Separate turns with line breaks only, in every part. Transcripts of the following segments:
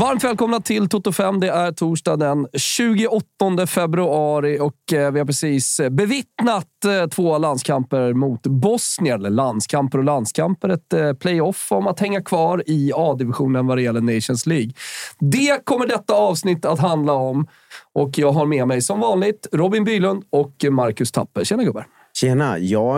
Varmt välkomna till Toto 5. Det är torsdag den 28 februari och vi har precis bevittnat 2 landskamper mot Bosnien. Eller landskamper. Ett playoff om att hänga kvar i A-divisionen vad det gäller Nations League. Det kommer detta avsnitt att handla om. Och jag har med mig som vanligt Robin Bylund och Marcus Tapper. Tjena gubbar.
Tjena,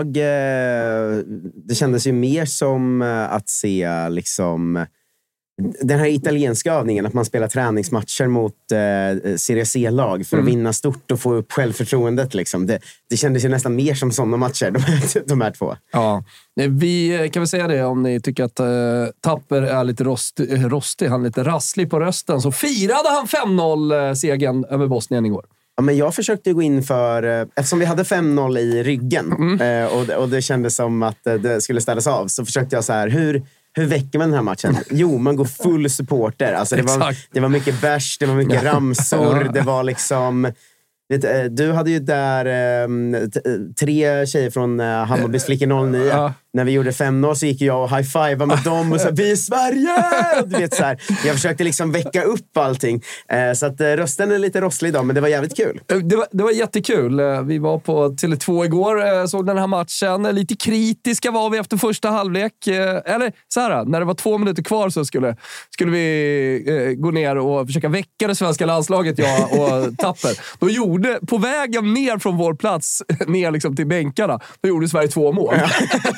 det kändes ju mer som att se liksom den här italienska övningen, att man spelar träningsmatcher mot Serie C-lag för att vinna stort och få upp självförtroendet. Liksom. Det kändes ju nästan mer som sådana matcher, de här 2.
Ja, vi kan väl säga det om ni tycker att Tapper är lite rostig, han är lite rasslig på rösten, så firade han 5-0-segern över Bosnien igår.
Ja, men jag försökte gå in för, eftersom vi hade 5-0 i ryggen och det kändes som att det skulle ställas av, så försökte jag så här, hur väcker man den här matchen? Jo, man går full supporter. Alltså det var mycket bärs, det var mycket ramsor, det var liksom... Du hade ju där 3 tjejer från Hammarbys flickor 09. Ja. När vi gjorde 5-0 så gick jag och high-fiva med dem och sa vi är Sverige! Du vet, så här. Jag försökte liksom väcka upp allting. Så att rösten är lite rosslig idag, men det var jävligt kul.
Det var jättekul. Vi var på Tele2 igår, såg den här matchen. Lite kritiska var vi efter första halvlek. Eller så här, när det var 2 minuter kvar så skulle vi gå ner och försöka väcka det svenska landslaget, jag och Tapper. Då gjorde, på vägen ner från vår plats, ner liksom till bänkarna, då gjorde Sverige 2 mål. Ja.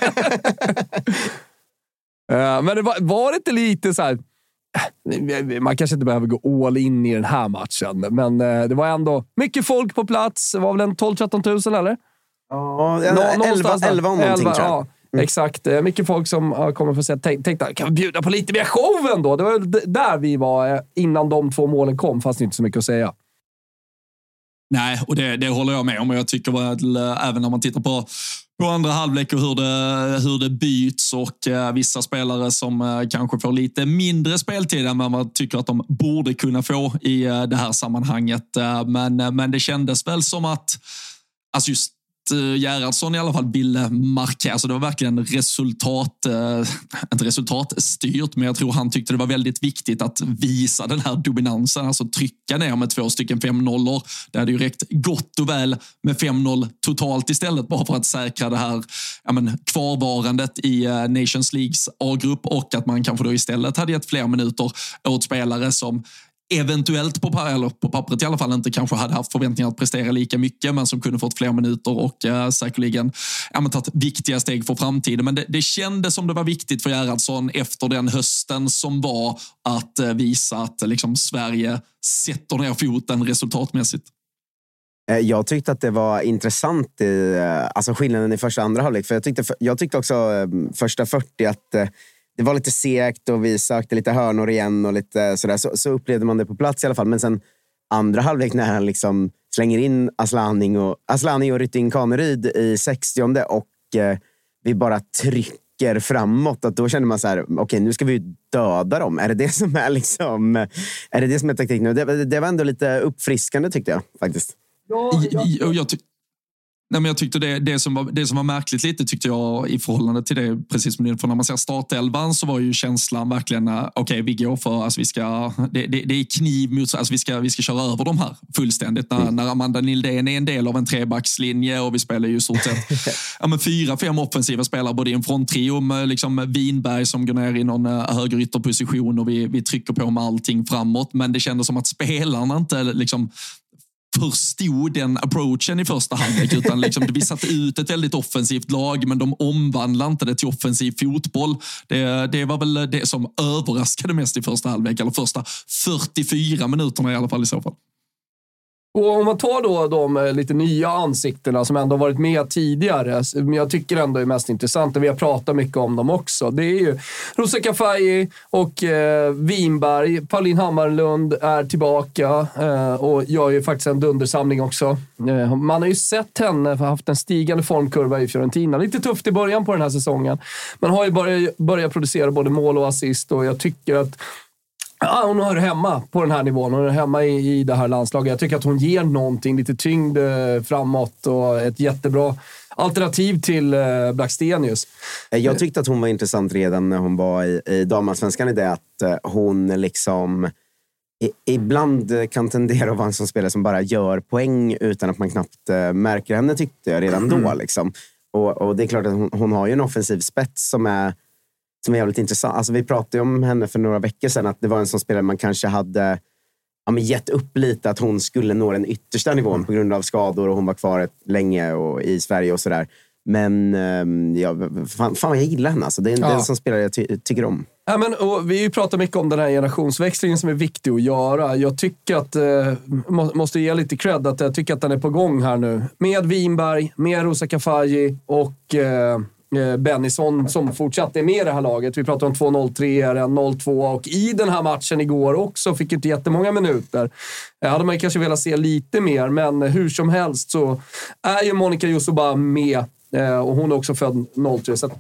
Men det var inte lite så här, man kanske inte behöver gå all in i den här matchen, men det var ändå mycket folk på plats. Det var väl en 12-13 000 eller?
Ja, 11 om någonting tror jag.
Ja, exakt. Mycket folk som kommer få säga, tänkte kan vi bjuda på lite mer show ändå? Det var där vi var innan de 2 målen kom, fast inte så mycket att säga.
Nej, och det håller jag med om. Och jag tycker att även när man tittar på andra halvlek och hur det byts och vissa spelare som kanske får lite mindre speltid än vad man tycker att de borde kunna få i det här sammanhanget. Men det kändes väl som att alltså just Gerhardsson i alla fall ville markera. Alltså det var verkligen inte resultatstyrt, men jag tror han tyckte det var väldigt viktigt att visa den här dominansen, alltså trycka ner med 2 stycken 5-0. Det hade ju räckt gott och väl med 5-0 totalt istället, bara för att säkra det här kvarvarandet i Nations Leagues A-grupp, och att man kanske då istället hade gett fler minuter åt spelare som eventuellt på pappret i alla fall inte kanske hade haft förväntningar att prestera lika mycket, men som kunde fått fler minuter och säkerligen tagit viktiga steg för framtiden. Men det kändes som det var viktigt för Gerhardsson efter den hösten som var att visa att liksom Sverige sätter ner foten resultatmässigt.
Jag tyckte att det var intressant alltså skillnaden i första och andra halvlek, för jag tyckte också första 40 att det var lite segt och vi sökte lite hörnor igen och lite sådär. Så upplevde man det på plats i alla fall. Men sen andra halvlek när han liksom slänger in Aslani och Rytting Kaneryd i 60:e och vi bara trycker framåt. Att då känner man så här, okej, nu ska vi döda dem. Är det det som är taktik nu? Det var ändå lite uppfriskande tyckte jag faktiskt.
Jag tyckte det som var märkligt lite tyckte jag i förhållande till det, precis som det, för när man ser startelvan så var ju känslan verkligen okej, vi går för, alltså det är kniv mot, alltså vi ska köra över dem här fullständigt när Amanda Nildén är en del av en 3-backslinje och vi spelar ju stort sett 4-5 offensiva spelare både i en fronttrio med liksom Winberg som går ner i någon höger ytterposition och vi trycker på med allting framåt, men det kändes som att spelarna inte liksom förstod den approachen i första halvlek, utan liksom, vi satte ut ett väldigt offensivt lag, men de omvandlade inte det till offensiv fotboll. Det var väl det som överraskade mest i första halvlek, eller första 44 minuterna i alla fall i så fall.
Och om man tar då de lite nya ansiktena som ändå varit med tidigare, men jag tycker ändå är mest intressant, och vi har pratat mycket om dem också, det är ju Rosa Kafaji och Winberg. Pauline Hammarlund är tillbaka och gör ju faktiskt en dundersamling också. Man har ju sett henne haft en stigande formkurva i Fiorentina. Lite tufft i början på den här säsongen, men har ju börjat producera både mål och assist, och jag tycker att hon hör hemma på den här nivån. Hon är hemma i det här landslaget. Jag tycker att hon ger någonting, lite tyngd framåt och ett jättebra alternativ till Blackstenius.
Jag tyckte att hon var intressant redan när hon var i damallsvenskan, i det att hon liksom ibland kan tendera att vara en sån spelare som bara gör poäng utan att man knappt märker henne, tyckte jag redan då. Liksom. Och det är klart att hon har ju en offensiv spets som är jävligt intressant. Alltså, vi pratade om henne för några veckor sedan, att det var en sån spelare man kanske hade gett upp lite, att hon skulle nå den yttersta nivån på grund av skador, och hon var kvar länge och i Sverige och sådär. Men fan jag gillar henne. Alltså. Det är en sån spelare jag tycker om.
Ja, men, och vi pratar mycket om den här generationsväxlingen som är viktig att göra. Jag tycker att, måste ge lite cred, att jag tycker att den är på gång här nu. Med Winberg, med Rosa Kafaji och Bennison som fortsatt är med i det här laget. Vi pratar om 2-0-3, 0-2, och i den här matchen igår också fick inte jättemånga minuter. Hade man kanske velat se lite mer, men hur som helst så är ju Monica Yosuba med. Och hon är också född 03. Så att,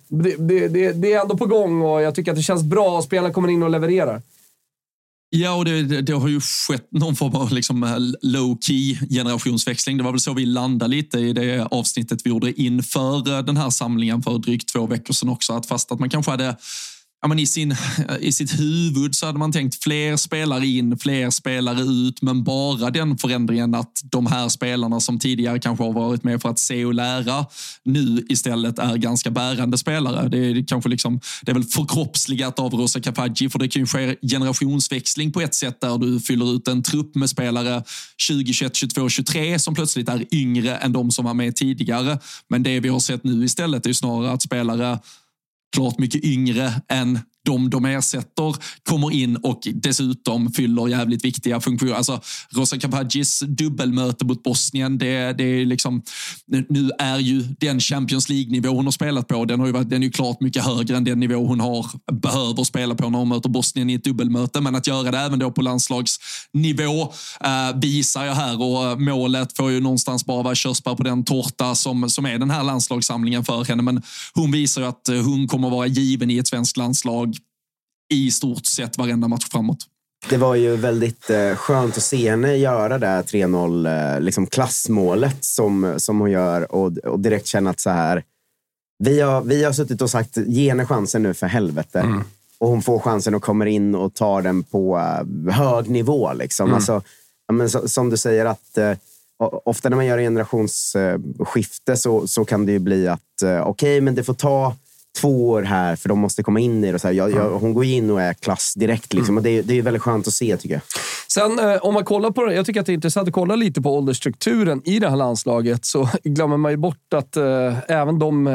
det är ändå på gång, och jag tycker att det känns bra och spelarna kommer in och levererar.
Ja, och det har ju skett någon form av liksom low-key generationsväxling. Det var väl så vi landade lite i det avsnittet vi gjorde inför den här samlingen för drygt 2 veckor sedan också. Att fast att man kanske hade... Ja, men i sitt huvud så hade man tänkt fler spelare in, fler spelare ut, men bara den förändringen att de här spelarna som tidigare kanske har varit med för att se och lära nu istället är ganska bärande spelare. Det är kanske liksom, det är väl förkroppsligat av Rosa Kafaji, för det kan ju ske generationsväxling på ett sätt där du fyller ut en trupp med spelare 20, 21, 22, 23 som plötsligt är yngre än de som var med tidigare. Men det vi har sett nu istället är ju snarare att spelare klart mycket yngre än de ersätter kommer in och dessutom fyller jävligt viktiga funktioner. Alltså Rosa Kapadzis dubbelmöte mot Bosnien, det är liksom, nu är ju den Champions League-nivå hon har spelat på, den är ju klart mycket högre än den nivå hon behöver spela på när hon möter Bosnien i ett dubbelmöte, men att göra det även då på landslagsnivå visar jag här, och målet får ju någonstans bara vara körsbär på den tårta som är den här landslagssamlingen för henne, men hon visar ju att hon kommer vara given i ett svenskt landslag i stort sett varenda match framåt.
Det var ju väldigt skönt att se henne göra det här 3-0 liksom klassmålet som hon gör, och direkt känna att så här, vi har suttit och sagt ge henne chansen nu för helvete. Och hon får chansen och kommer in och tar den på hög nivå liksom. Alltså, men som du säger att ofta när man gör generationsskifte så kan det ju bli att okej, men det får ta 2 år här för de måste komma in i det. Och så här, hon går in och är klass direkt liksom. Och det är väldigt skönt att se, tycker jag.
Sen om man kollar på det, jag tycker att det är intressant att kolla lite på åldersstrukturen i det här landslaget, så glömmer man ju bort att även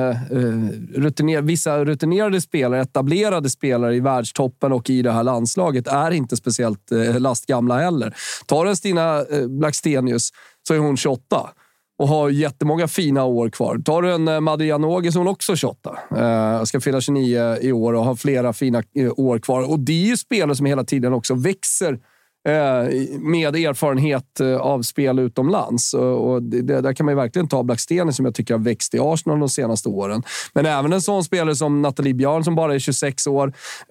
vissa rutinerade spelare, etablerade spelare i världstoppen och i det här landslaget är inte speciellt lastgamla heller. Tar en Stina Blackstenius så är hon 28 och har jättemånga fina år kvar. Tar du en Madde Janogy så är hon också 28. Ska fylla 29 i år och har flera fina år kvar. Och det är ju spelare som hela tiden också växer med erfarenhet av spel utomlands. Och där kan man ju verkligen ta Blackstenius som jag tycker har växt i Arsenal de senaste åren. Men även en sån spelare som Nathalie Björn som bara är 26 år.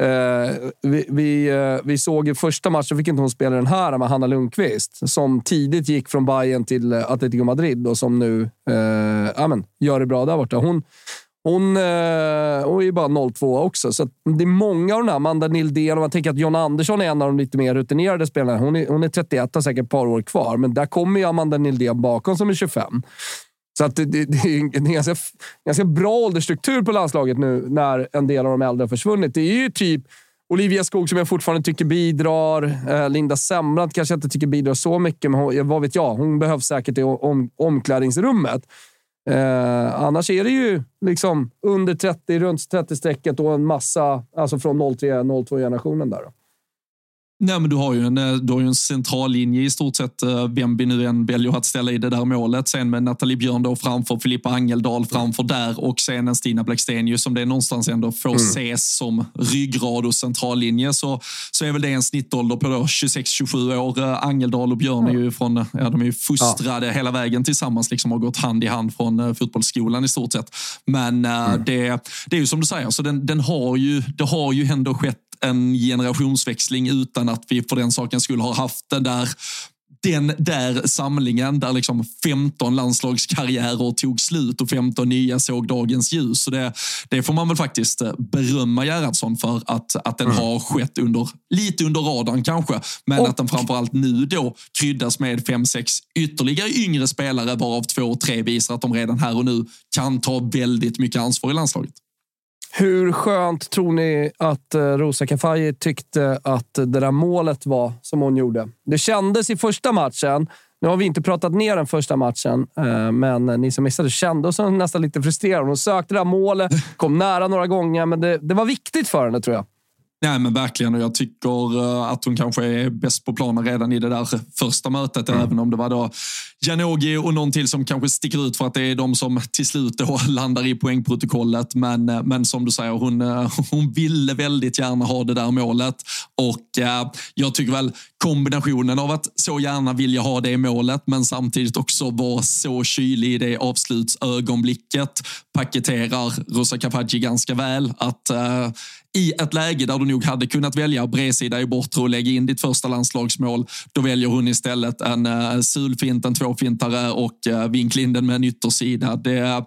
Vi såg i första matchen, fick inte hon spela den här med Hanna Lundqvist som tidigt gick från Bayern till Atletico Madrid och som nu gör det bra där borta. Hon är ju bara 02 också. Så det är många av de här. Amanda Nildén, och man tänker att John Andersson är en av de lite mer rutinerade spelarna. Hon är 31 och säkert ett par år kvar. Men där kommer ju Amanda Nildén bakom som är 25. Så att det är en ganska bra åldersstruktur på landslaget nu när en del av de äldre har försvunnit. Det är ju typ Olivia Skog som jag fortfarande tycker bidrar. Linda Sembrant kanske jag inte tycker bidrar så mycket. Men vad vet jag, hon behövs säkert i omklädningsrummet. Annars är det ju liksom under 30, runt 30-strecket och en massa, alltså från 03-02-generationen där då.
Nej, men du har ju en central linje i stort sett, vem vi nu än väljer att ställa i det där målet. Sen med Nathalie Björn då framför, Filippa Angeldal framför där, och sen en Stina Blackstenius som det någonstans ändå får ses som ryggrad och centrallinje, så är väl det en snittålder på 26-27 år. Angeldal och Björn är ju de är ju fostrade hela vägen tillsammans, liksom har gått hand i hand från fotbollsskolan i stort sett. Men det är ju som du säger, så det har ju ändå skett en generationsväxling utan att vi för den saken skulle ha haft den där samlingen där liksom 15 landslagskarriärer tog slut och 15 nya såg dagens ljus. Så det får man väl faktiskt berömma Gerhardsson för att den har skett lite under radarn kanske, men att den framförallt nu då kryddas med 5-6 ytterligare yngre spelare, varav 2-3 visar att de redan här och nu kan ta väldigt mycket ansvar i landslaget.
Hur skönt tror ni att Rosa Kafaji tyckte att det där målet var som hon gjorde? Det kändes i första matchen. Nu har vi inte pratat ner den första matchen, men ni som missade kände oss nästan lite frustrerade. Hon sökte det där målet, kom nära några gånger, men det var viktigt för henne, tror jag.
Nej, men verkligen, och jag tycker att hon kanske är bäst på planen redan i det där första mötet, även om det var då Janogy och någon till som kanske sticker ut för att det är de som till slut då landar i poängprotokollet, men som du säger, hon ville väldigt gärna ha det där målet, och jag tycker väl kombinationen av att så gärna vilja ha det målet men samtidigt också vara så kylig i det avslutsögonblicket paketerar Rosa Kafaji ganska väl, att i ett läge där du nog hade kunnat välja bredsida i bortre och lägga in ditt första landslagsmål, då väljer hon istället en sulfint, en tvåfintare och vinklinden med en yttersida.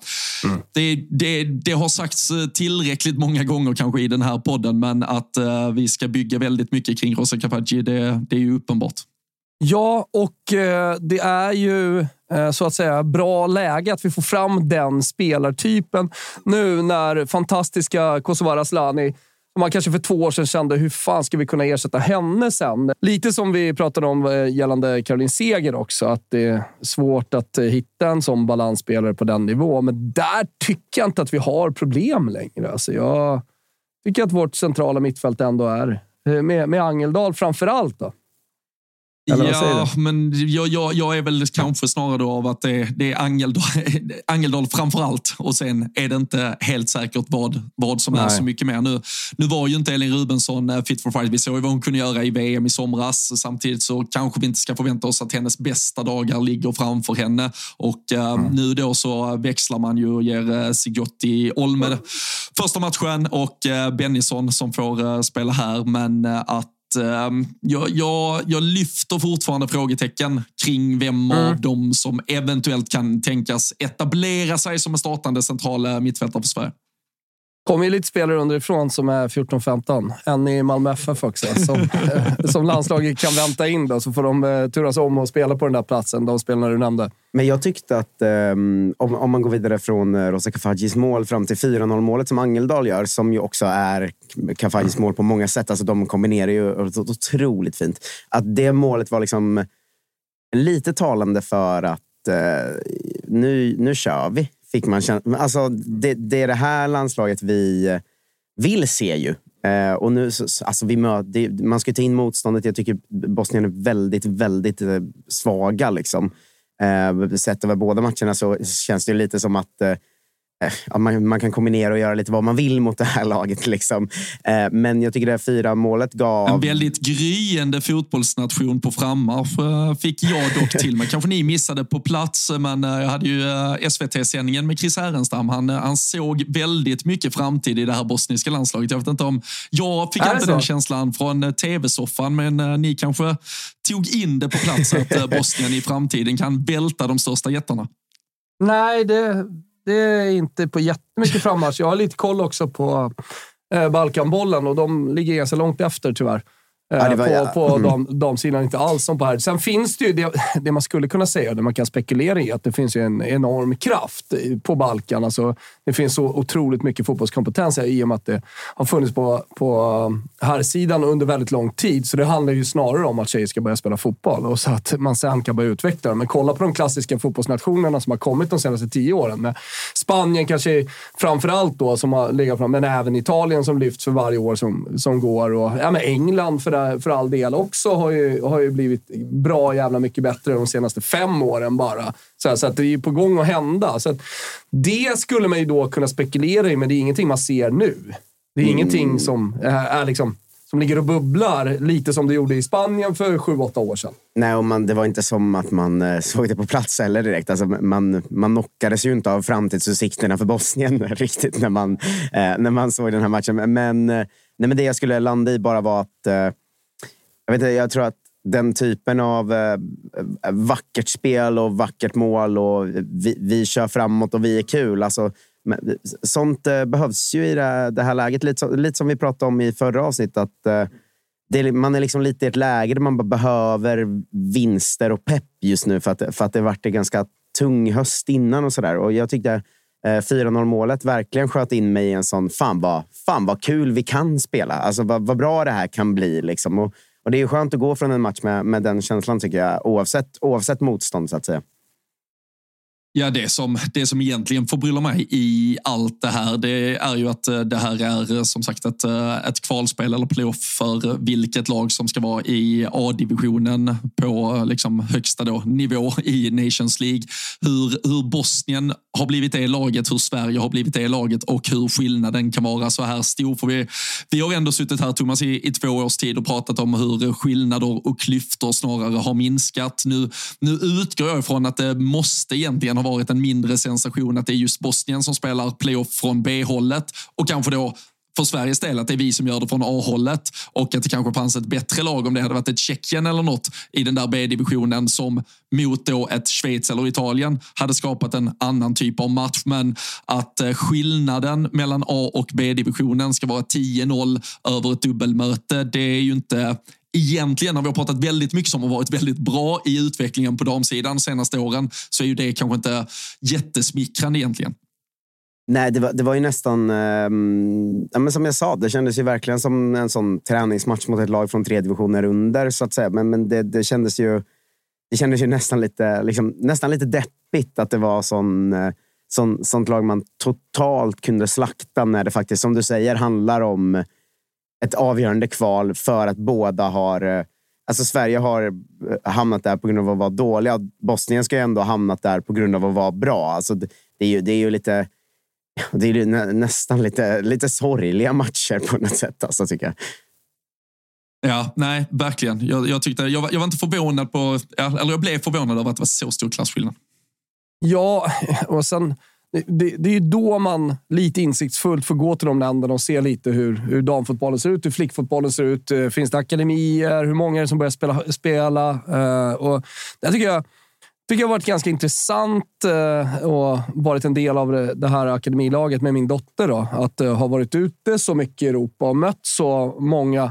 Det har sagts tillräckligt många gånger kanske i den här podden, men att vi ska bygga väldigt mycket kring Rosa Kafaji, det är ju uppenbart. Ja, och det är ju så att säga bra läge att vi får fram den spelartypen nu när fantastiska Kosovare Asllani, man kanske för 2 år sedan kände hur fan ska vi kunna ersätta henne sen. Lite som vi pratade om gällande Caroline Seger också, att det är svårt att hitta en sån balansspelare på den nivån. Men där tycker jag inte att vi har problem längre. Alltså jag tycker att vårt centrala mittfält ändå är med Angeldal framförallt då. Ja, men jag är väl kanske snarare då av att det är Angeldal framförallt, och sen är det inte helt säkert vad som är så mycket mer. Nu var ju inte Elin Rubensson fit for fight. Vi såg ju vad hon kunde göra i VM i somras. Samtidigt så kanske vi inte ska förvänta oss att hennes bästa dagar ligger framför henne. Och nu då så växlar man ju och ger Sigiotti Olme första matchen och Bennison som får spela här. Men att jag lyfter fortfarande frågetecken kring vem av dem som eventuellt kan tänkas etablera sig som en startande central mittfältare för Sverige.
Kommer ju lite spelare underifrån som är 14-15. En i Malmö FF också. Som landslaget kan vänta in då, så får de turas om och spela på den där platsen. De spelarna du nämnde.
Men jag tyckte att om man går vidare från Rosa Kafajis mål fram till 4-0-målet som Angeldal gör, som ju också är Kafajis mål på många sätt. Alltså de kombinerar ju otroligt fint. Att det målet var liksom lite talande för att nu kör vi. Fick man känna, alltså det är det här landslaget vi vill se ju. Och nu alltså man ska ta in motståndet. Jag tycker Bosnien är väldigt, väldigt svaga liksom. Sett över båda matcherna så känns det lite som att man kan kombinera och göra lite vad man vill mot det här laget liksom. Men jag tycker det här 4-målet gav...
En väldigt gryende fotbollsnation på frammarsch fick jag dock till mig. Kanske ni missade på plats, men jag hade ju SVT-sändningen med Chris Härenstam. Han såg väldigt mycket framtid i det här bosniska landslaget. Jag vet inte om... Jag fick inte den känslan från tv-soffan, men ni kanske tog in det på plats att Bosnien i framtiden kan välta de största jättarna.
Nej, det är inte på jättemycket frammarsch. Jag har lite koll också på Balkanbollen och de ligger ganska långt efter tyvärr. På de sidorna inte alls som på här. Sen finns det ju det man skulle kunna säga, det man kan spekulera i, att det finns ju en enorm kraft på Balkan. Alltså, det finns så otroligt mycket fotbollskompetens i och med att det har funnits på här sidan under väldigt lång tid. Så det handlar ju snarare om att tjejer ska börja spela fotboll och så att man sen kan börja utveckla det. Men kolla på de klassiska fotbollsnationerna som har kommit de senaste 10 åren. Med Spanien kanske framförallt då som har legat fram, men även Italien som lyfts för varje år som går. Och men England för all del också har ju blivit bra jävla mycket bättre de senaste 5 åren bara. Så att det är ju på gång att hända. Så att det skulle man ju då kunna spekulera i, men det är ingenting man ser nu. Det är ingenting som är liksom som ligger och bubblar lite som det gjorde i Spanien för 7-8 år sedan.
Nej, och det var inte som att man såg det på plats heller direkt. Alltså man knockades ju inte av framtidsutsikterna för Bosnien riktigt när man såg den här matchen. Men det jag skulle landa i bara var att jag tror att den typen av vackert spel och vackert mål och vi kör framåt och vi är kul. Alltså, sånt behövs ju i det här läget. Lite som vi pratade om i förra avsnittet. Att man är liksom lite i ett läge där man bara behöver vinster och pepp just nu. För att det varit en ganska tung höst innan och sådär. Och jag tyckte 4-0-målet verkligen sköt in mig i en sån fan vad kul vi kan spela. Alltså vad bra det här kan bli liksom. Och det är ju skönt att gå från en match med den känslan tycker jag. Oavsett motstånd så att säga.
Ja, det som egentligen förbryllar mig i allt det här, det är ju att det här är som sagt ett kvalspel eller playoff för vilket lag som ska vara i A-divisionen på liksom högsta då, nivå i Nations League. Hur Bosnien har blivit det laget, hur Sverige har blivit det laget och hur skillnaden kan vara så här stor. För vi har ändå suttit här, Thomas, i 2 års tid och pratat om hur skillnader och klyftor snarare har minskat. Nu utgår jag ifrån att det måste egentligen ha varit en mindre sensation att det är just Bosnien som spelar playoff från B-hållet och kanske då för Sveriges del att det är vi som gör det från A-hållet och att det kanske fanns ett bättre lag om det hade varit ett Tjeckien eller något i den där B-divisionen som mot då ett Schweiz eller Italien hade skapat en annan typ av match. Men att skillnaden mellan A- och B-divisionen ska vara 10-0 över ett dubbelmöte, det är ju inte... Egentligen har vi pratat väldigt mycket som har varit väldigt bra i utvecklingen på damsidan de senaste åren, så är ju det kanske inte jättesmickrande egentligen. Nej,
det var ju nästan men som jag sa, det kändes ju verkligen som en sån träningsmatch mot ett lag från 3 divisioner under så att säga, men det kändes ju nästan lite deppigt att det var sånt lag man totalt kunde slakta när det faktiskt, som du säger, handlar om ett avgörande kval för att båda har... Alltså Sverige har hamnat där på grund av att vara dåliga. Bosnien ska ju ändå ha hamnat där på grund av att vara bra. Alltså det är ju lite... Det är ju nästan lite sorgliga matcher på något sätt, alltså, tycker jag.
Ja, nej, verkligen. Jag var inte förvånad på... Eller jag blev förvånad över att det var så stor klasskillnad.
Ja, och sen... Det är ju då man lite insiktsfullt får gå till de länderna och se lite hur damfotbollen ser ut, hur flickfotbollen ser ut. Finns det akademier? Hur många är det som börjar spela? Och det tycker jag har varit ganska intressant och varit en del av det här akademilaget med min dotter då. Att ha varit ute så mycket i Europa och mött så många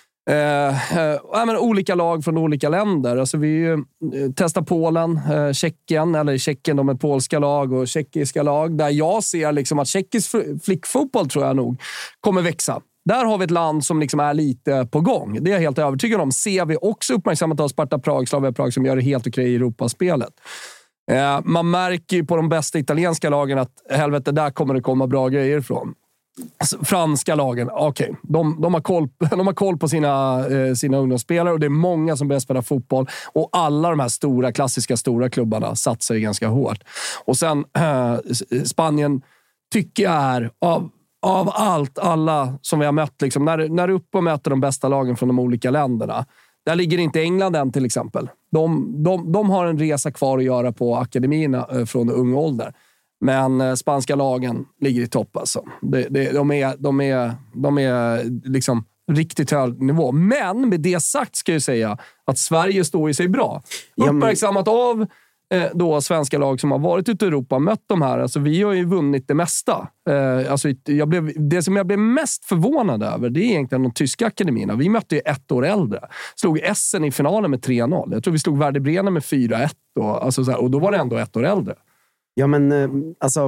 olika lag från olika länder. Alltså vi testar Polen, Tjeckien, de är polska lag och tjeckiska lag. Där jag ser liksom att tjeckisk flickfotboll tror jag nog kommer växa. Där har vi ett land som liksom är lite på gång. Det är jag helt övertygad om. Ser vi också uppmärksammat av Sparta Prag, Slavia Prag som gör det helt okej i Europaspelet. Man märker ju på de bästa italienska lagen att helvete, där kommer det komma bra grejer ifrån. Franska lagen, okej. De har koll på sina ungdomsspelare och det är många som börjar spela fotboll och alla de här klassiska stora klubbarna satsar ju ganska hårt. Och sen Spanien tycker jag är av alla som vi har mött liksom, när du är uppe och möter de bästa lagen från de olika länderna, där ligger inte England än till exempel. De har en resa kvar att göra på akademierna från ung ålder. Men spanska lagen ligger i topp alltså. De är liksom riktigt hög nivå. Men med det sagt ska jag säga att Sverige står i sig bra. Uppmärksammat av då svenska lag som har varit ute i Europa och mött de här. Alltså vi har ju vunnit det mesta. Alltså det som jag blev mest förvånad över, det är egentligen de tyska akademierna. Vi mötte ju 1 år äldre. Slog Essen i finalen med 3-0. Jag tror vi slog Werder Bremen med 4-1. Och då var det ändå 1 år äldre.
Ja, men alltså...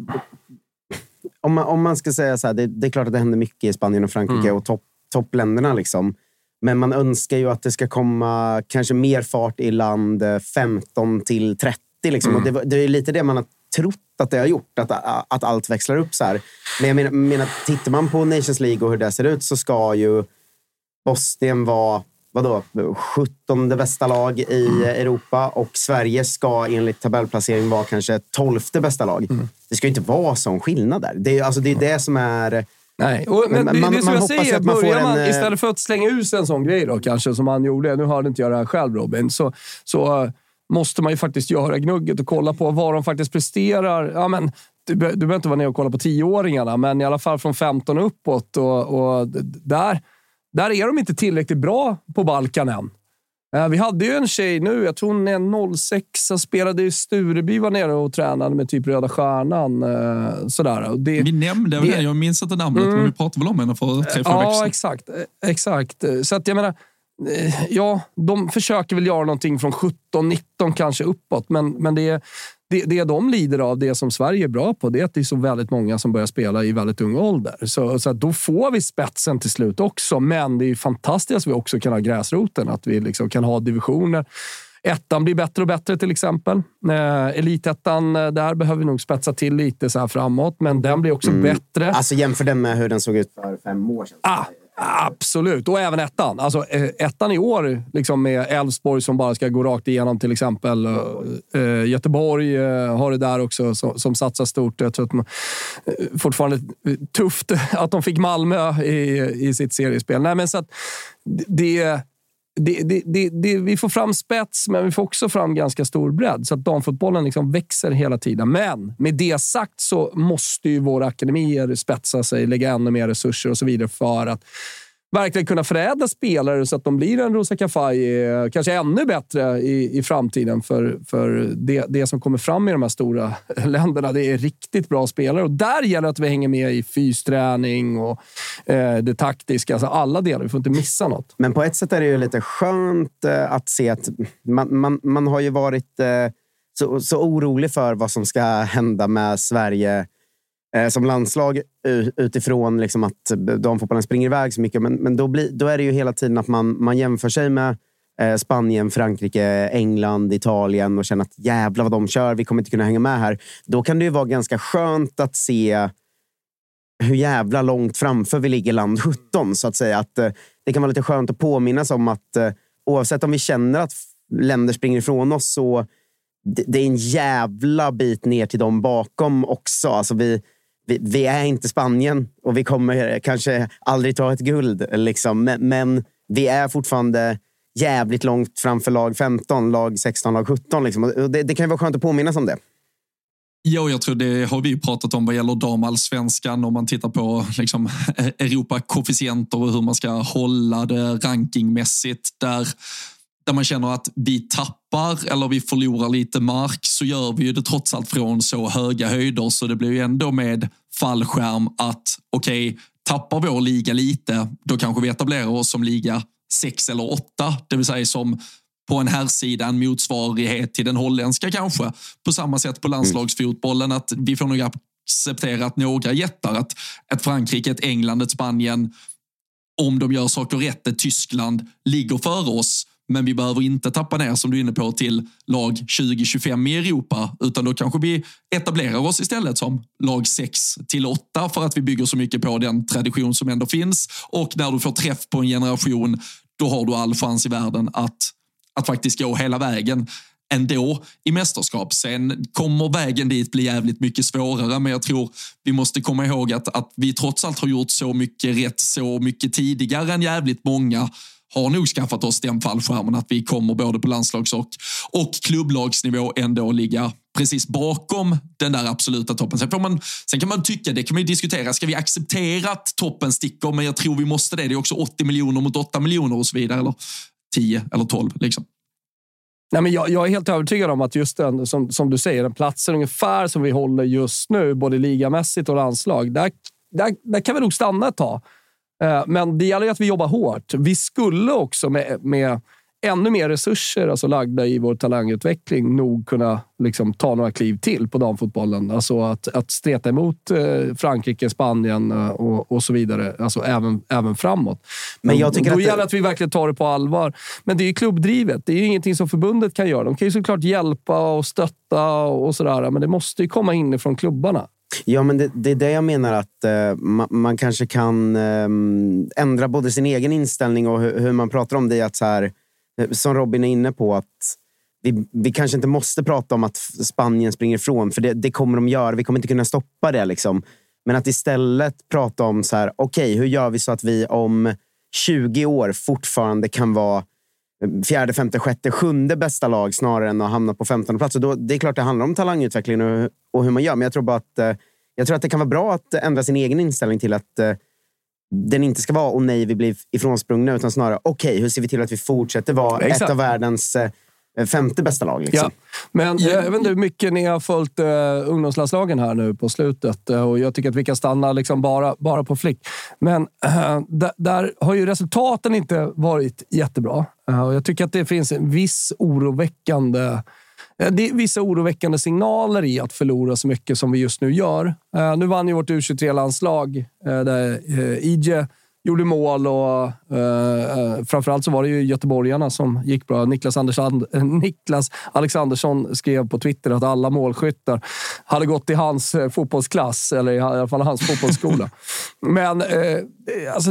Om man ska säga så här, det är klart att det händer mycket i Spanien och Frankrike och toppländerna liksom. Men man önskar ju att det ska komma kanske mer fart i land 15-30 liksom. Och det är lite det man har trott att det har gjort, att allt växlar upp så här. Men jag menar, tittar man på Nations League och hur det ser ut så ska ju Bosnien vara 17:e bästa lag i Europa och Sverige ska enligt tabellplacering vara kanske 12:e bästa lag. Det ska ju inte vara sån skillnad där. Det är det som är...
Nej, men det som jag säger, att man får istället för att slänga ut en sån grej då kanske som han gjorde, nu hörde inte jag det här själv Robin, så måste man ju faktiskt göra gnugget och kolla på vad de faktiskt presterar. Ja, men du behöver inte vara ner och kolla på 10-åringarna, men i alla fall från 15 uppåt och där är de inte tillräckligt bra på Balkan än. Vi hade ju en tjej nu, jag tror hon är 06, spelade i Stureby, var nere och tränade med typ Röda Stjärnan. Sådär. Och
vi nämnde det, jag minns inte namnet, men vi pratade väl om henne för 3-4 veckor sedan.
Ja, exakt. Så att jag menar, ja, de försöker väl göra någonting från 17-19 kanske uppåt, men det de lider av, det som Sverige är bra på, det är att det är så väldigt många som börjar spela i väldigt ung ålder. Så att då får vi spetsen till slut också, men det är ju fantastiskt att vi också kan ha gräsroten, att vi liksom kan ha divisioner. Ettan blir bättre och bättre till exempel. Elitettan, där behöver vi nog spetsa till lite så här framåt, men den blir också bättre.
Alltså jämför den med hur den såg ut för 5 år sedan.
Absolut, och även ettan. Alltså ettan i år liksom med Elfsborg som bara ska gå rakt igenom till exempel. Göteborg har det där också som satsar stort. Jag tror att fortfarande tufft att de fick Malmö i sitt seriespel. Nej, men så att vi får fram spets, men vi får också fram ganska stor bredd, så att damfotbollen liksom växer hela tiden. Men med det sagt så måste ju våra akademier spetsa sig, lägga ännu mer resurser och så vidare för att verkligen kunna förädla spelare så att de blir en Rosa Kafaji, kanske ännu bättre i framtiden, för det som kommer fram i de här stora länderna, det är riktigt bra spelare, och där gäller att vi hänger med i fysträning och det taktiska, alltså alla delar, vi får inte missa något.
Men på ett sätt är det ju lite skönt att se att man har ju varit så orolig för vad som ska hända med Sverige som landslag utifrån liksom att damfotbollen springer iväg så mycket. Men då är det ju hela tiden att man jämför sig med Spanien, Frankrike, England, Italien och känner att jävlar vad de kör, vi kommer inte kunna hänga med här. Då kan det ju vara ganska skönt att se hur jävla långt framför vi ligger land 17, så att säga. Att det kan vara lite skönt att påminnas om att oavsett om vi känner att länder springer ifrån oss, så det är en jävla bit ner till dem bakom också. Alltså vi är inte Spanien och vi kommer kanske aldrig ta ett guld liksom, men vi är fortfarande jävligt långt framför lag 15, lag 16, lag 17 liksom. Och det kan ju vara skönt att påminnas om det.
Ja, jag tror det har vi pratat om vad gäller damallsvenskan, om man tittar på liksom Europa-koefficienter och hur man ska hålla det rankingmässigt, där man känner att vi tappar eller vi förlorar lite mark, så gör vi ju det trots allt från så höga höjder, så det blir ju ändå med fallskärm att okej, tappar vår liga lite, då kanske vi etablerar oss som liga 6 eller 8, det vill säga som på en här sida en motsvarighet till den holländska kanske, på samma sätt på landslagsfotbollen, att vi får nog acceptera att några jättar, att ett Frankrike, ett England, ett Spanien, om de gör saker rätt, ett Tyskland ligger före oss. Men vi behöver inte tappa ner, som du är inne på, till lag 20-25 i Europa, utan då kanske vi etablerar oss istället som lag 6-8 för att vi bygger så mycket på den tradition som ändå finns. Och när du får träff på en generation, då har du all chans i världen att faktiskt gå hela vägen ändå i mästerskap. Sen kommer vägen dit bli jävligt mycket svårare, men jag tror vi måste komma ihåg att vi trots allt har gjort så mycket rätt så mycket tidigare än jävligt många har nog skaffat oss den fallskärmen att vi kommer både på landslags- och klubblagsnivå ändå ligga precis bakom den där absoluta toppen. Sen kan man tycka, det kan man ju diskutera, ska vi acceptera att toppen sticker, men jag tror vi måste det. Det är också 80 miljoner mot 8 miljoner och så vidare, eller 10 eller 12 liksom.
Nej, men jag är helt övertygad om att just den, som du säger, den platsen ungefär som vi håller just nu, både ligamässigt och landslag, där kan vi nog stanna ett tag. Men det gäller ju att vi jobbar hårt. Vi skulle också med ännu mer resurser, alltså lagda i vår talangutveckling, nog kunna liksom ta några kliv till på damfotbollen. Alltså att streta emot Frankrike, Spanien och så vidare. Alltså även framåt. Men jag tycker då gäller att vi verkligen tar det på allvar. Men det är ju klubbdrivet. Det är ju ingenting som förbundet kan göra. De kan ju såklart hjälpa och stötta och sådär. Men det måste ju komma inifrån klubbarna.
Ja, men det är det jag menar, att man kanske kan ändra både sin egen inställning och hur man pratar om det. Att så här, som Robin är inne på, att vi kanske inte måste prata om att Spanien springer ifrån, för det kommer de göra. Vi kommer inte kunna stoppa det liksom. Men att istället prata om så här, okej, hur gör vi så att vi om 20 år fortfarande kan vara 4., 5., 6., 7 bästa lag snarare än att hamna på 15 plats. Och då, det är klart det handlar om talangutveckling och hur man gör. Men jag tror bara att det kan vara bra att ändra sin egen inställning till att den inte ska vara nej, vi blir ifrånsprungna, utan snarare okej, hur ser vi till att vi fortsätter vara ett av världens 5:e bästa lag liksom.
Ja. Men jag vet inte hur mycket ni har följt ungdomslandslagen här nu på slutet, och jag tycker att vi kan stanna liksom bara på flick. Men där har ju resultaten inte varit jättebra, och jag tycker att det finns en vissa oroväckande signaler i att förlora så mycket som vi just nu gör. Nu vann ju vårt U23-landslag där IJ gjorde mål, och framförallt så var det ju göteborgarna som gick bra. Niklas Alexandersson skrev på Twitter att alla målskyttar hade gått i hans fotbollsklass, eller i alla fall hans fotbollsskola. Men alltså,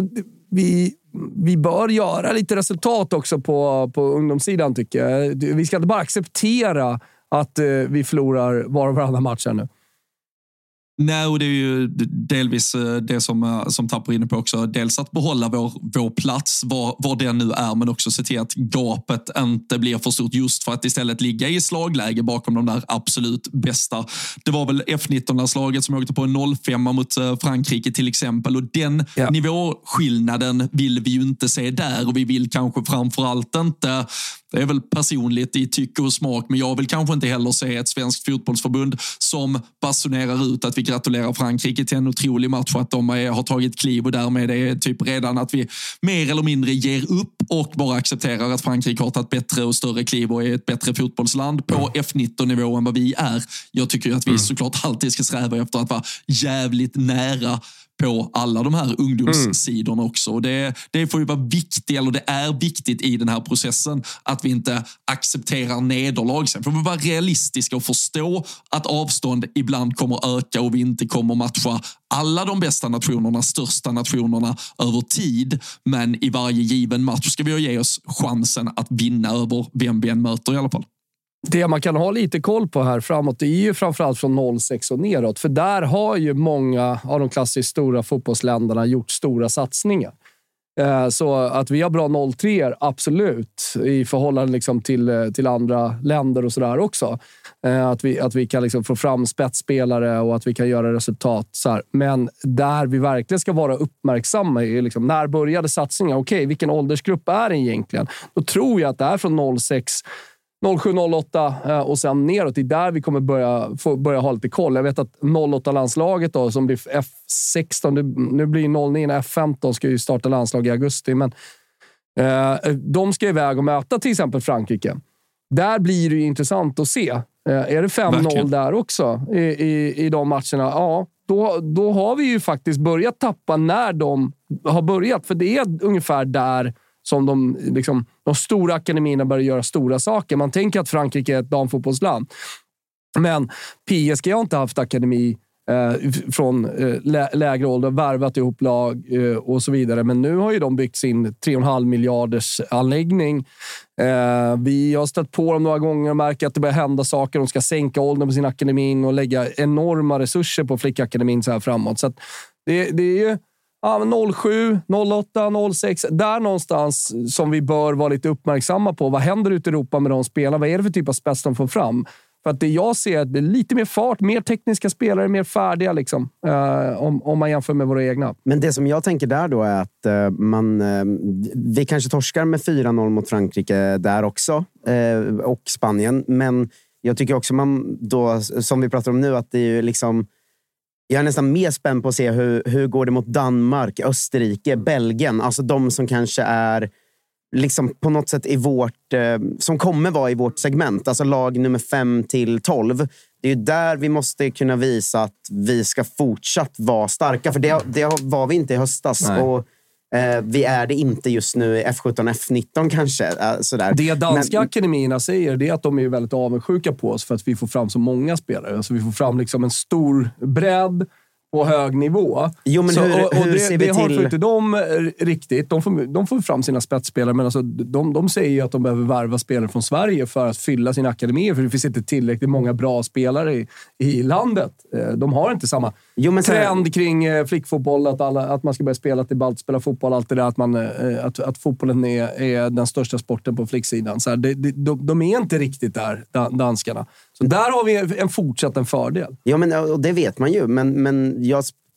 vi bör göra lite resultat också på ungdomssidan, tycker jag. Vi ska inte bara acceptera att vi förlorar var och varannan match här nu.
Nej, och det är ju delvis det som Tapper inne på också. Dels att behålla vår plats, var den nu är, men också se till att gapet inte blir för stort, just för att istället ligga i slagläge bakom de där absolut bästa. Det var väl F19-landslaget som åkte på en 0-5 mot Frankrike till exempel, och den nivåskillnaden vill vi ju inte se där, och vi vill kanske framförallt inte, det är väl personligt i tycke och smak, men jag vill kanske inte heller se ett svenskt fotbollsförbund som basunerar ut att vi gratulerar Frankrike till en otrolig match, att de har tagit kliv, och därmed är det typ redan att vi mer eller mindre ger upp och bara accepterar att Frankrike har tagit bättre och större kliv och är ett bättre fotbollsland på F19-nivå än vad vi är. Jag tycker ju att vi såklart alltid ska sträva efter att vara jävligt nära på alla de här ungdomssidorna också. Det får ju vara viktigt, eller det är viktigt i den här processen, att vi inte accepterar nederlag. Sen får vi vara realistiska och förstå att avstånd ibland kommer öka och vi inte kommer matcha alla de bästa nationerna, största nationerna över tid. Men i varje given match ska vi ge oss chansen att vinna över vem vi än möter i alla fall.
Det man kan ha lite koll på här framåt, det är ju framförallt från 06 och neråt. För där har ju många av de klassiskt stora fotbollsländerna gjort stora satsningar. Så att vi har bra 03, absolut, i förhållande liksom till andra länder och sådär också. Att vi kan liksom få fram spetsspelare och att vi kan göra resultat. Så här. Men där vi verkligen ska vara uppmärksamma är liksom, när började satsningen? Okej, vilken åldersgrupp är det egentligen? Då tror jag att det är från 06, 07, 08 och sen neråt. Det är där vi kommer börja ha lite koll. Jag vet att 08-landslaget då, som blir F16, nu blir 09, F15 ska ju starta landslag i augusti, men de ska iväg och möta till exempel Frankrike. Där blir det ju intressant att se. Är det 5-0 verkligen där också i de matcherna? Ja, då har vi ju faktiskt börjat tappa när de har börjat, för det är ungefär där som de stora akademierna börjar göra stora saker. Man tänker att Frankrike är ett damfotbollsland. Men PSG har inte haft akademi från lägre ålder, värvat ihop lag och så vidare. Men nu har ju de byggt sin 3,5 miljarders anläggning. Vi har stött på dem några gånger och märker att det börjar hända saker. De ska sänka åldern på sin akademin och lägga enorma resurser på flickakademin så här framåt. Så att det är ju 07, 08, 06. Där någonstans som vi bör vara lite uppmärksamma på. Vad händer ute i Europa med de spelarna? Vad är det för typ av spets de får fram? För att det jag ser är lite mer fart, mer tekniska spelare, mer färdiga liksom. Om man jämför med våra egna.
Men det som jag tänker där då är att vi kanske torskar med 4-0 mot Frankrike där också. Och Spanien. Men jag tycker också man då, som vi pratar om nu, att det är ju liksom... Jag är nästan mer spänd på att se hur går det mot Danmark, Österrike, Belgien. Alltså de som kanske är liksom på något sätt i vårt... som kommer vara i vårt segment. Alltså lag nummer 5 till 12. Det är ju där vi måste kunna visa att vi ska fortsatt vara starka. För det var vi inte i höstas. Nej. Och vi är det inte just nu i F17, F19 kanske. Sådär.
Det danska akademierna säger det är att de är väldigt avundsjuka på oss för att vi får fram så många spelare. Alltså vi får fram liksom en stor bredd på hög nivå.
Jo, men hur ser vi
det
till...
har inte de riktigt. De får fram sina spetsspelare, men alltså, de säger ju att de behöver värva spelare från Sverige för att fylla sina akademier, för det finns inte tillräckligt många bra spelare i landet. De har inte samma trend kring flickfotboll, att man ska börja spela till ballt, spela fotboll, allt det där, att fotbollen är den största sporten på flicksidan. Så här, de är inte riktigt där, danskarna. Så där har vi en fördel.
Ja, men och det vet man ju. Men jag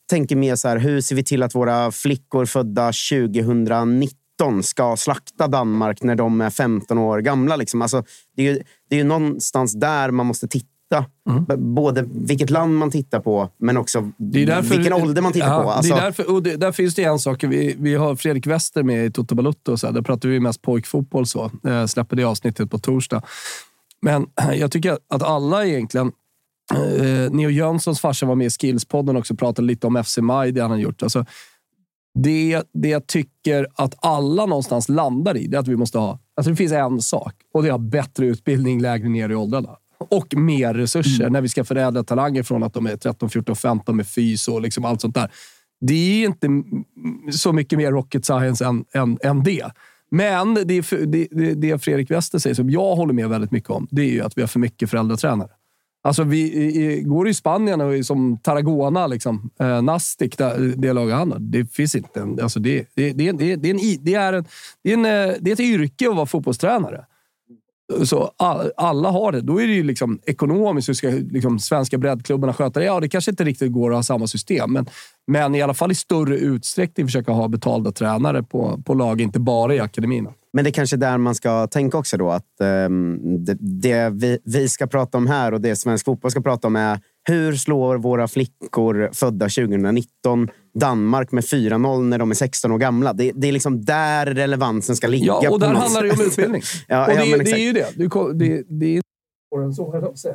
tänker mer så här, hur ser vi till att våra flickor födda 2019 ska slakta Danmark när de är 15 år gamla? Liksom. Alltså, det är ju någonstans där man måste titta. Både vilket land man tittar på, men också vilken ålder man tittar på. Alltså.
Det är därför, och där finns det en sak. Vi har Fredrik Wester med i Toto Balutto. Och så här, där pratar vi mest pojkfotboll. Släpper det avsnittet på torsdag. Men jag tycker att alla egentligen... Neo Jönssons farsa var med i Skillspodden också, pratade lite om FC Maj, det han har gjort. Alltså, det jag tycker att alla någonstans landar i, det är att vi måste ha... Alltså det finns en sak, och det är bättre utbildning lägre ner i åldrarna. Och mer resurser när vi ska förädla talanger från att de är 13, 14, 15 med fys och liksom allt sånt där. Det är inte så mycket mer rocket science än det. Men det Fredrik Wester säger, som jag håller med väldigt mycket om, det är ju att vi har för mycket föräldratränare. Alltså vi går i Spanien och som Tarragona liksom, Nastic, det laget han har. Det finns inte. Alltså det är ett yrke att vara fotbollstränare. Så alla har det. Då är det ju liksom ekonomiskt, hur ska liksom svenska breddklubbarna sköta det? Ja, det kanske inte riktigt går att ha samma system, men i alla fall i större utsträckning försöka ha betalda tränare på lag, inte bara i akademin.
Men det är kanske där man ska tänka också då, att det vi ska prata om här och det svensk fotboll ska prata om är: hur slår våra flickor födda 2019 Danmark med 4-0 när de är 16 år gamla? Det är liksom där relevansen ska ligga.
Ja, och där handlar det om utbildning.
Ja,
och det är ju det. Det är inte så, jag vill säga.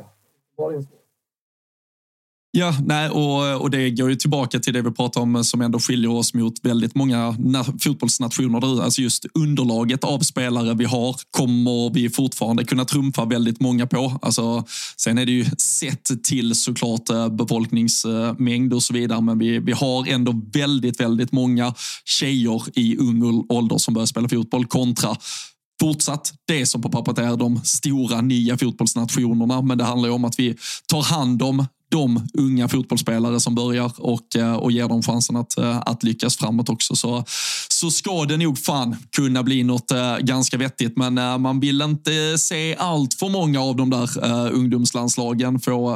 Ja, nej, och det går ju tillbaka till det vi pratar om, som ändå skiljer oss mot väldigt många fotbollsnationer. Alltså just underlaget av spelare vi har kommer vi fortfarande kunna trumfa väldigt många på. Alltså, sen är det ju sett till såklart befolkningsmängd och så vidare, men vi har ändå väldigt, väldigt många tjejer i ung ålder som börjar spela fotboll kontra fortsatt det som på pappret är de stora nya fotbollsnationerna. Men det handlar ju om att vi tar hand om de unga fotbollsspelare som börjar och ger dem chansen att lyckas framåt också. Så ska det nog fan kunna bli något ganska vettigt. Men man vill inte se allt för många av de där ungdomslandslagen få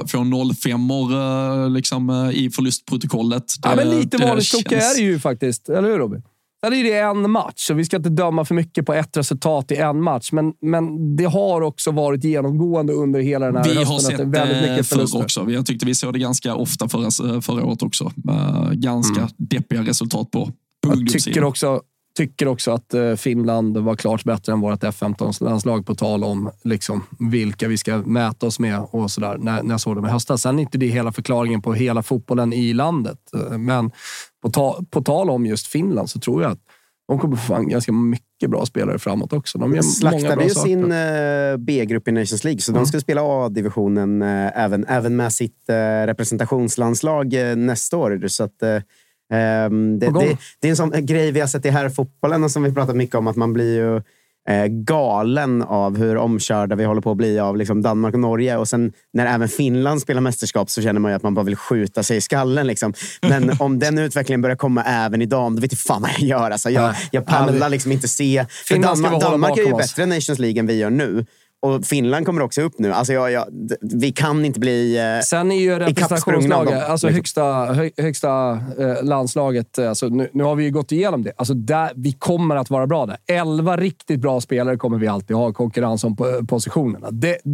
0-5 liksom, i förlustprotokollet.
Ja, men lite vanligt är det ju faktiskt. Eller hur, Robin? Där är det en match, så vi ska inte döma för mycket på ett resultat i en match. Men det har också varit genomgående under hela den här hösten.
Vi har sett
väldigt mycket
förr också. Jag tyckte vi såg det ganska ofta förra året också. Ganska deppiga resultat på ungdomssidan. Jag tycker också att Finland var klart bättre än vårt F15-landslag på tal om liksom vilka vi ska mäta oss med och sådär när jag såg dem i höstas. Sen är inte det hela förklaringen på hela fotbollen i landet. Men på tal om just Finland så tror jag att de kommer få ganska mycket bra spelare framåt också. De
slaktade ju sin B-grupp i Nations League, så de ska spela A-divisionen även med sitt representationslandslag nästa år. Så att det är en sån grej vi har sett i här fotbollen och som vi pratat mycket om, att man blir ju galen av hur omkörda vi håller på att bli av liksom Danmark och Norge, och sen när även Finland spelar mästerskap så känner man ju att man bara vill skjuta sig i skallen liksom. Men om den utvecklingen börjar komma även i dam, då vet jag fan vad jag gör alltså. Jag pallar liksom inte se, för Danmark är ju bättre än Nations League än vi gör nu. Och Finland kommer också upp nu. Alltså vi kan inte bli
sen är ju representationslaget, alltså högsta landslaget, alltså nu har vi ju gått igenom det. Alltså där, vi kommer att vara bra där. 11 riktigt bra spelare kommer vi alltid ha konkurrens om positionerna.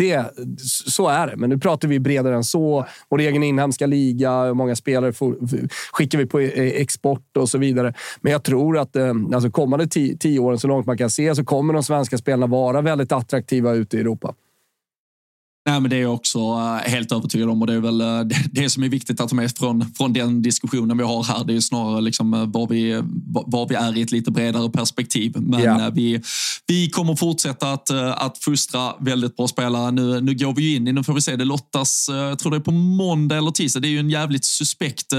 Så är det. Men nu pratar vi bredare än så. Vår egen inhemska liga, hur många spelare skickar vi på export och så vidare. Men jag tror att alltså kommande 10 åren, så långt man kan se, så kommer de svenska spelarna vara väldigt attraktiva ute i Europa.
Nej, men det är jag också helt övertygad om, och det är väl det som är viktigt att ta med från den diskussionen vi har här. Det är ju snarare liksom var vi är i ett lite bredare perspektiv. Men vi kommer fortsätta att fostra väldigt bra spelare. Nu går vi ju in i, nu får vi se, det lottas, jag tror det är på måndag eller tisdag. Det är ju en jävligt suspekt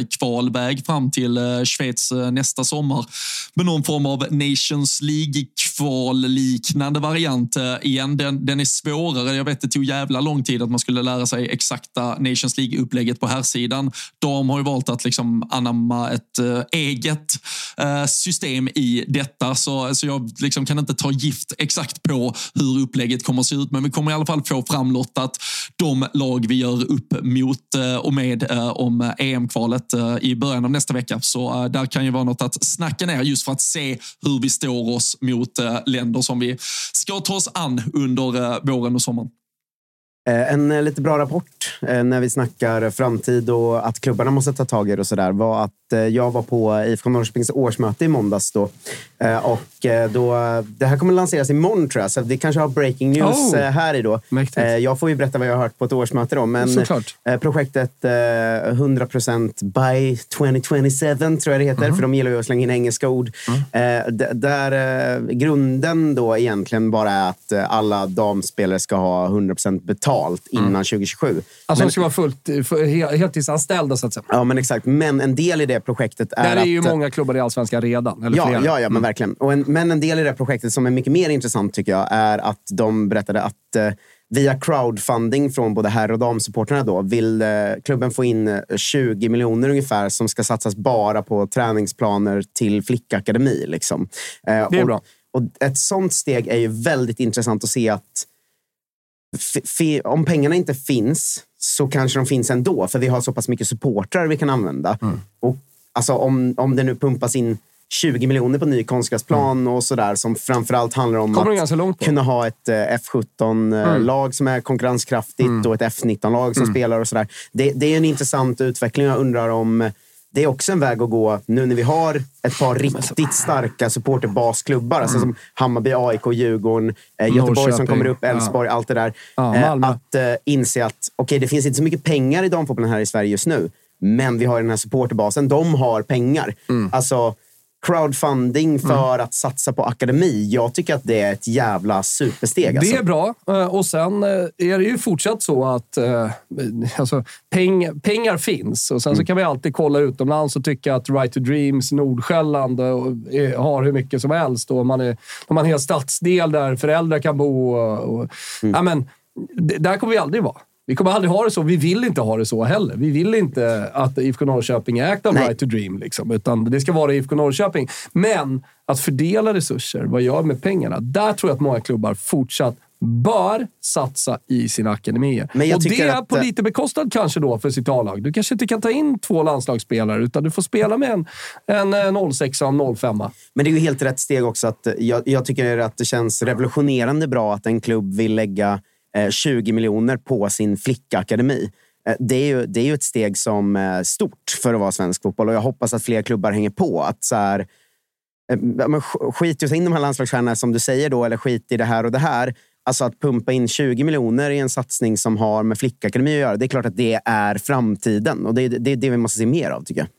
EM-kvalväg fram till Schweiz nästa sommar. Med någon form av Nations League kval-liknande variant igen. Den är svårare. Jag vet det tog jävla lång tid att man skulle lära sig exakta Nations League-upplägget på här sidan. De har ju valt att liksom anamma ett eget system i detta. Så jag liksom kan inte ta gift exakt på hur upplägget kommer att se ut. Men vi kommer i alla fall få framlottat de lag vi gör upp mot och med om EM-kvalet i början av nästa vecka. Så där kan ju vara något att snacka ner just för att se hur vi står oss mot länder som vi ska ta oss an under våren och sommaren.
En lite bra rapport när vi snackar framtid och att klubbarna måste ta tag i det och sådär var att jag var på IFK Norrköpings årsmöte i måndags då. Och då, det här kommer lanseras imorgon tror jag, så det kanske har breaking news här i då. Jag får ju berätta vad jag har hört på ett årsmöte då, men projektet 100% by 2027 tror jag det heter, för de gillar ju att slänga in engelska ord. Där grunden då egentligen bara är att alla damspelare ska ha 100% betalt innan 2027.
Alltså de ska vara heltidsanställda så att säga.
Ja, men exakt. Men en del i det projektet är
där är
att...
ju många klubbar i Allsvenskan redan. Eller
ja, men verkligen. Men en del i det projektet som är mycket mer intressant tycker jag är att de berättade att via crowdfunding från både herr- och damsupporterna då vill klubben få in 20 miljoner ungefär som ska satsas bara på träningsplaner till flickakademi. Liksom.
Det är bra.
Och ett sånt steg är ju väldigt intressant att se att om pengarna inte finns så kanske de finns ändå, för vi har så pass mycket supportrar vi kan använda. Och alltså om det nu pumpas in 20 miljoner på ny konstgräsplan och sådär, som framförallt handlar om att kunna ha ett F17-lag som är konkurrenskraftigt och ett F19-lag som spelar och sådär. Det är en intressant utveckling. Jag undrar om det är också en väg att gå nu när vi har ett par riktigt starka supporterbasklubbar, alltså som Hammarby, AIK, Djurgården, Göteborg som kommer upp, Elfsborg, allt det där. Att inse att okej, det finns inte så mycket pengar i damfotbollen här i Sverige just nu, men vi har den här supporterbasen, de har pengar. Alltså crowdfunding för att satsa på akademi. Jag tycker att det är ett jävla supersteg. Alltså.
Det är bra. Och sen är det ju fortsatt så att alltså, pengar finns. Och sen så kan vi alltid kolla utomlands och tycka att Right to Dreams, Nordsjälland har hur mycket som helst. Och man har en hel stadsdel där föräldrar kan bo. Ja, men, där kommer vi aldrig vara. Vi kommer aldrig ha det så. Vi vill inte ha det så heller. Vi vill inte att IFK Norrköping är ägt av Right to Dream. Liksom, utan det ska vara IFK Norrköping. Men att fördela resurser, vad gör med pengarna? Där tror jag att många klubbar fortsatt bör satsa i sina akademier. Och det är på lite bekostnad kanske då för sitt A-lag. Du kanske inte kan ta in 2 landslagsspelare, utan du får spela med en 06 och en 05.
Men det är ju helt rätt steg också. Att jag tycker att det känns revolutionerande bra att en klubb vill lägga 20 miljoner på sin flickakademi. Det är ju ett steg som är stort för att vara svensk fotboll, och jag hoppas att fler klubbar hänger på. Att så här, skit ju in de här landslagsstjärnorna som du säger då, eller skit i det här och det här. Alltså att pumpa in 20 miljoner i en satsning som har med flickakademi att göra, det är klart att det är framtiden, och det är det vi måste se mer av, tycker jag.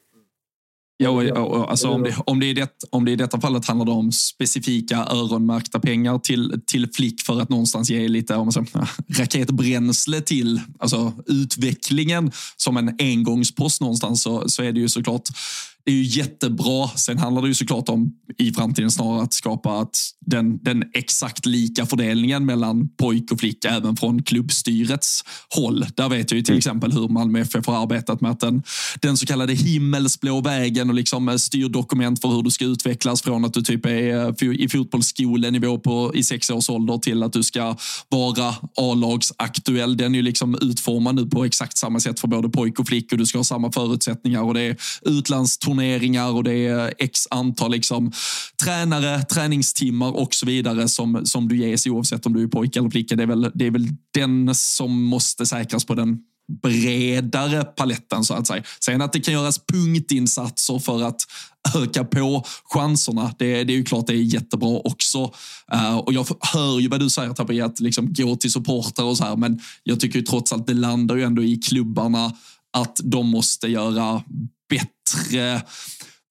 Ja, alltså om det i detta fallet handlar om specifika öronmärkta pengar till flick för att någonstans ge lite raketbränsle till alltså utvecklingen som en engångspost någonstans, så är det ju såklart, det är ju jättebra. Sen handlar det ju såklart om i framtiden snarare att skapa den exakt lika fördelningen mellan pojk och flick även från klubbstyrets håll. Där vet jag ju till exempel hur Malmö FF har arbetat med att den så kallade himmelsblå vägen och liksom styrdokument för hur du ska utvecklas från att du typ är i fotbollsskolenivå i 6 års ålder till att du ska vara A-lagsaktuell. Den är ju liksom utformad nu på exakt samma sätt för både pojk och flick, och du ska ha samma förutsättningar, och det är utlandsturneringar och det är x antal liksom tränare, träningstimmar och så vidare som du ges oavsett om du är pojke eller flicka. Det är väl den som måste säkras på den bredare paletten, så att säga. Sen att det kan göras punktinsatser för att öka på chanserna, det är ju klart det är jättebra också. Och jag hör ju vad du säger, Tappi, att liksom gå till supporter och så här, men jag tycker ju trots allt det landar ju ändå i klubbarna att de måste göra bättre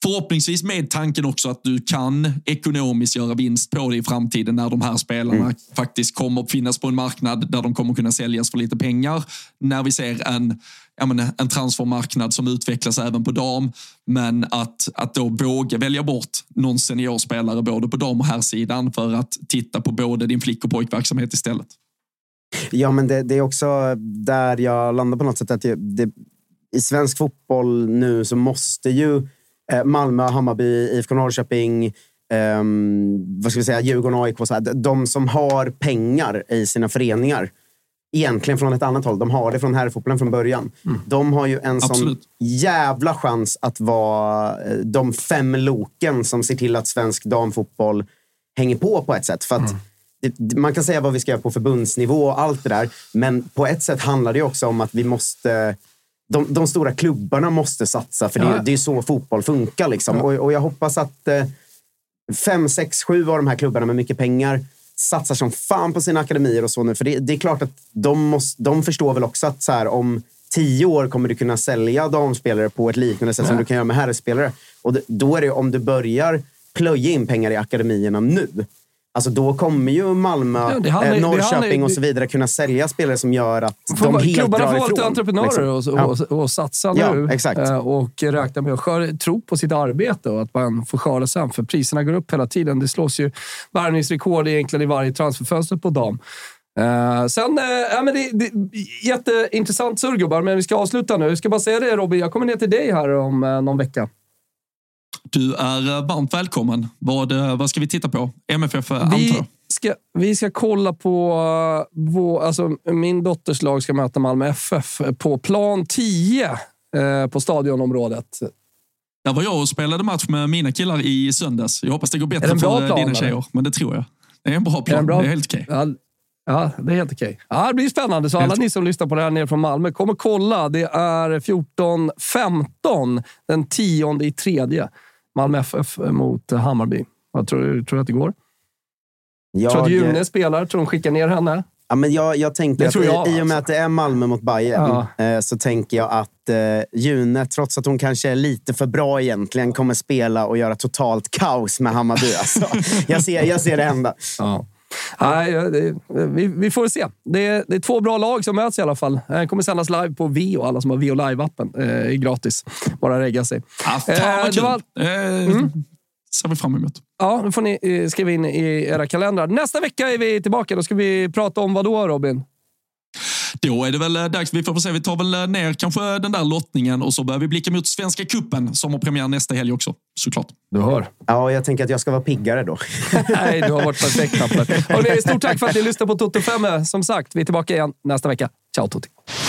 förhoppningsvis med tanken också att du kan ekonomiskt göra vinst på det i framtiden när de här spelarna faktiskt kommer att finnas på en marknad där de kommer kunna säljas för lite pengar. När vi ser en transfermarknad som utvecklas även på dam, men att då våga välja bort någon seniorspelare både på dam och här sidan för att titta på både din flick- och pojkverksamhet istället.
Ja, men det är också där jag landar på något sätt att i svensk fotboll nu så måste ju Malmö, Hammarby, IFK Norrköping, vad ska vi säga, Djurgården, AIK, så här, de som har pengar i sina föreningar egentligen från ett annat håll. De har det från herrfotbollen från början. De har ju en sån jävla chans att vara de 5 loken som ser till att svensk damfotboll hänger på ett sätt. För att man kan säga vad vi ska göra på förbundsnivå och allt det där, men på ett sätt handlar det också om att vi måste... De stora klubbarna måste satsa, för det är så fotboll funkar liksom. Och jag hoppas att 5, 6, 7 av de här klubbarna med mycket pengar satsar som fan på sina akademier och så nu. För det är klart att de förstår väl också att så här, om 10 år kommer du kunna sälja damspelare på ett liknande sätt som du kan göra med herrspelare. Och då är det, om du börjar plöja in pengar i akademierna nu, alltså då kommer ju Malmö, Norrköping och så vidare kunna sälja spelare som gör att de helt
klubbarna
drar
får
ifrån.
Vara entreprenörer och satsa nu.
Exakt.
Och räkna med att tro på sitt arbete och att man får skörda sen. För priserna går upp hela tiden. Det slås ju värvningsrekord egentligen i varje transferfönster på dam. Men det är jätteintressant surgubbar, men vi ska avsluta nu. Jag ska bara säga det, Robin. Jag kommer ner till dig här om någon vecka.
Du är varmt välkommen. Vad ska vi titta på? MFF antar
vi ska kolla på min dotters lag ska möta Malmö FF på plan 10 på stadionområdet.
Där var jag och spelade match med mina killar i söndags. Jag hoppas det går bättre för dina tjejer, men det tror jag. Det är en bra plan. Det är helt okej.
Ja, det är helt okej. Ja, det blir spännande. Så alla ni som lyssnar på det här nere från Malmö, kommer kolla. Det är 14-15 den 10/3. Malmö FF mot Hammarby. Vad tror du att det går? Tror du att June spelar? Tror de skickar ner henne?
Ja, men jag tänker att i och med att det är Malmö mot Bayern så tänker jag att June, trots att hon kanske är lite för bra egentligen, kommer spela och göra totalt kaos med Hammarby. Alltså, jag ser det hända.
Ja. Nej, vi får se. Det är 2 bra lag som möts i alla fall. Det kommer sändas live på VO. Alla som har VO Live-appen är gratis. Bara regga sig.
Ser vi fram emot.
Ja, nu får ni skriva in i era kalendrar. Nästa vecka är vi tillbaka. Då ska vi prata om vad då, Robin?
Då är det väl dags. Vi får se. Vi tar väl ner kanske den där lottningen och så börjar vi blicka mot Svenska Cupen som har premiär nästa helg också, såklart.
Du hör.
Ja, jag tänker att jag ska vara piggare då.
Nej, du har varit perfekt. Och stort tack för att ni lyssnade på Toto 5. Som sagt, vi är tillbaka igen nästa vecka. Ciao, Tutti.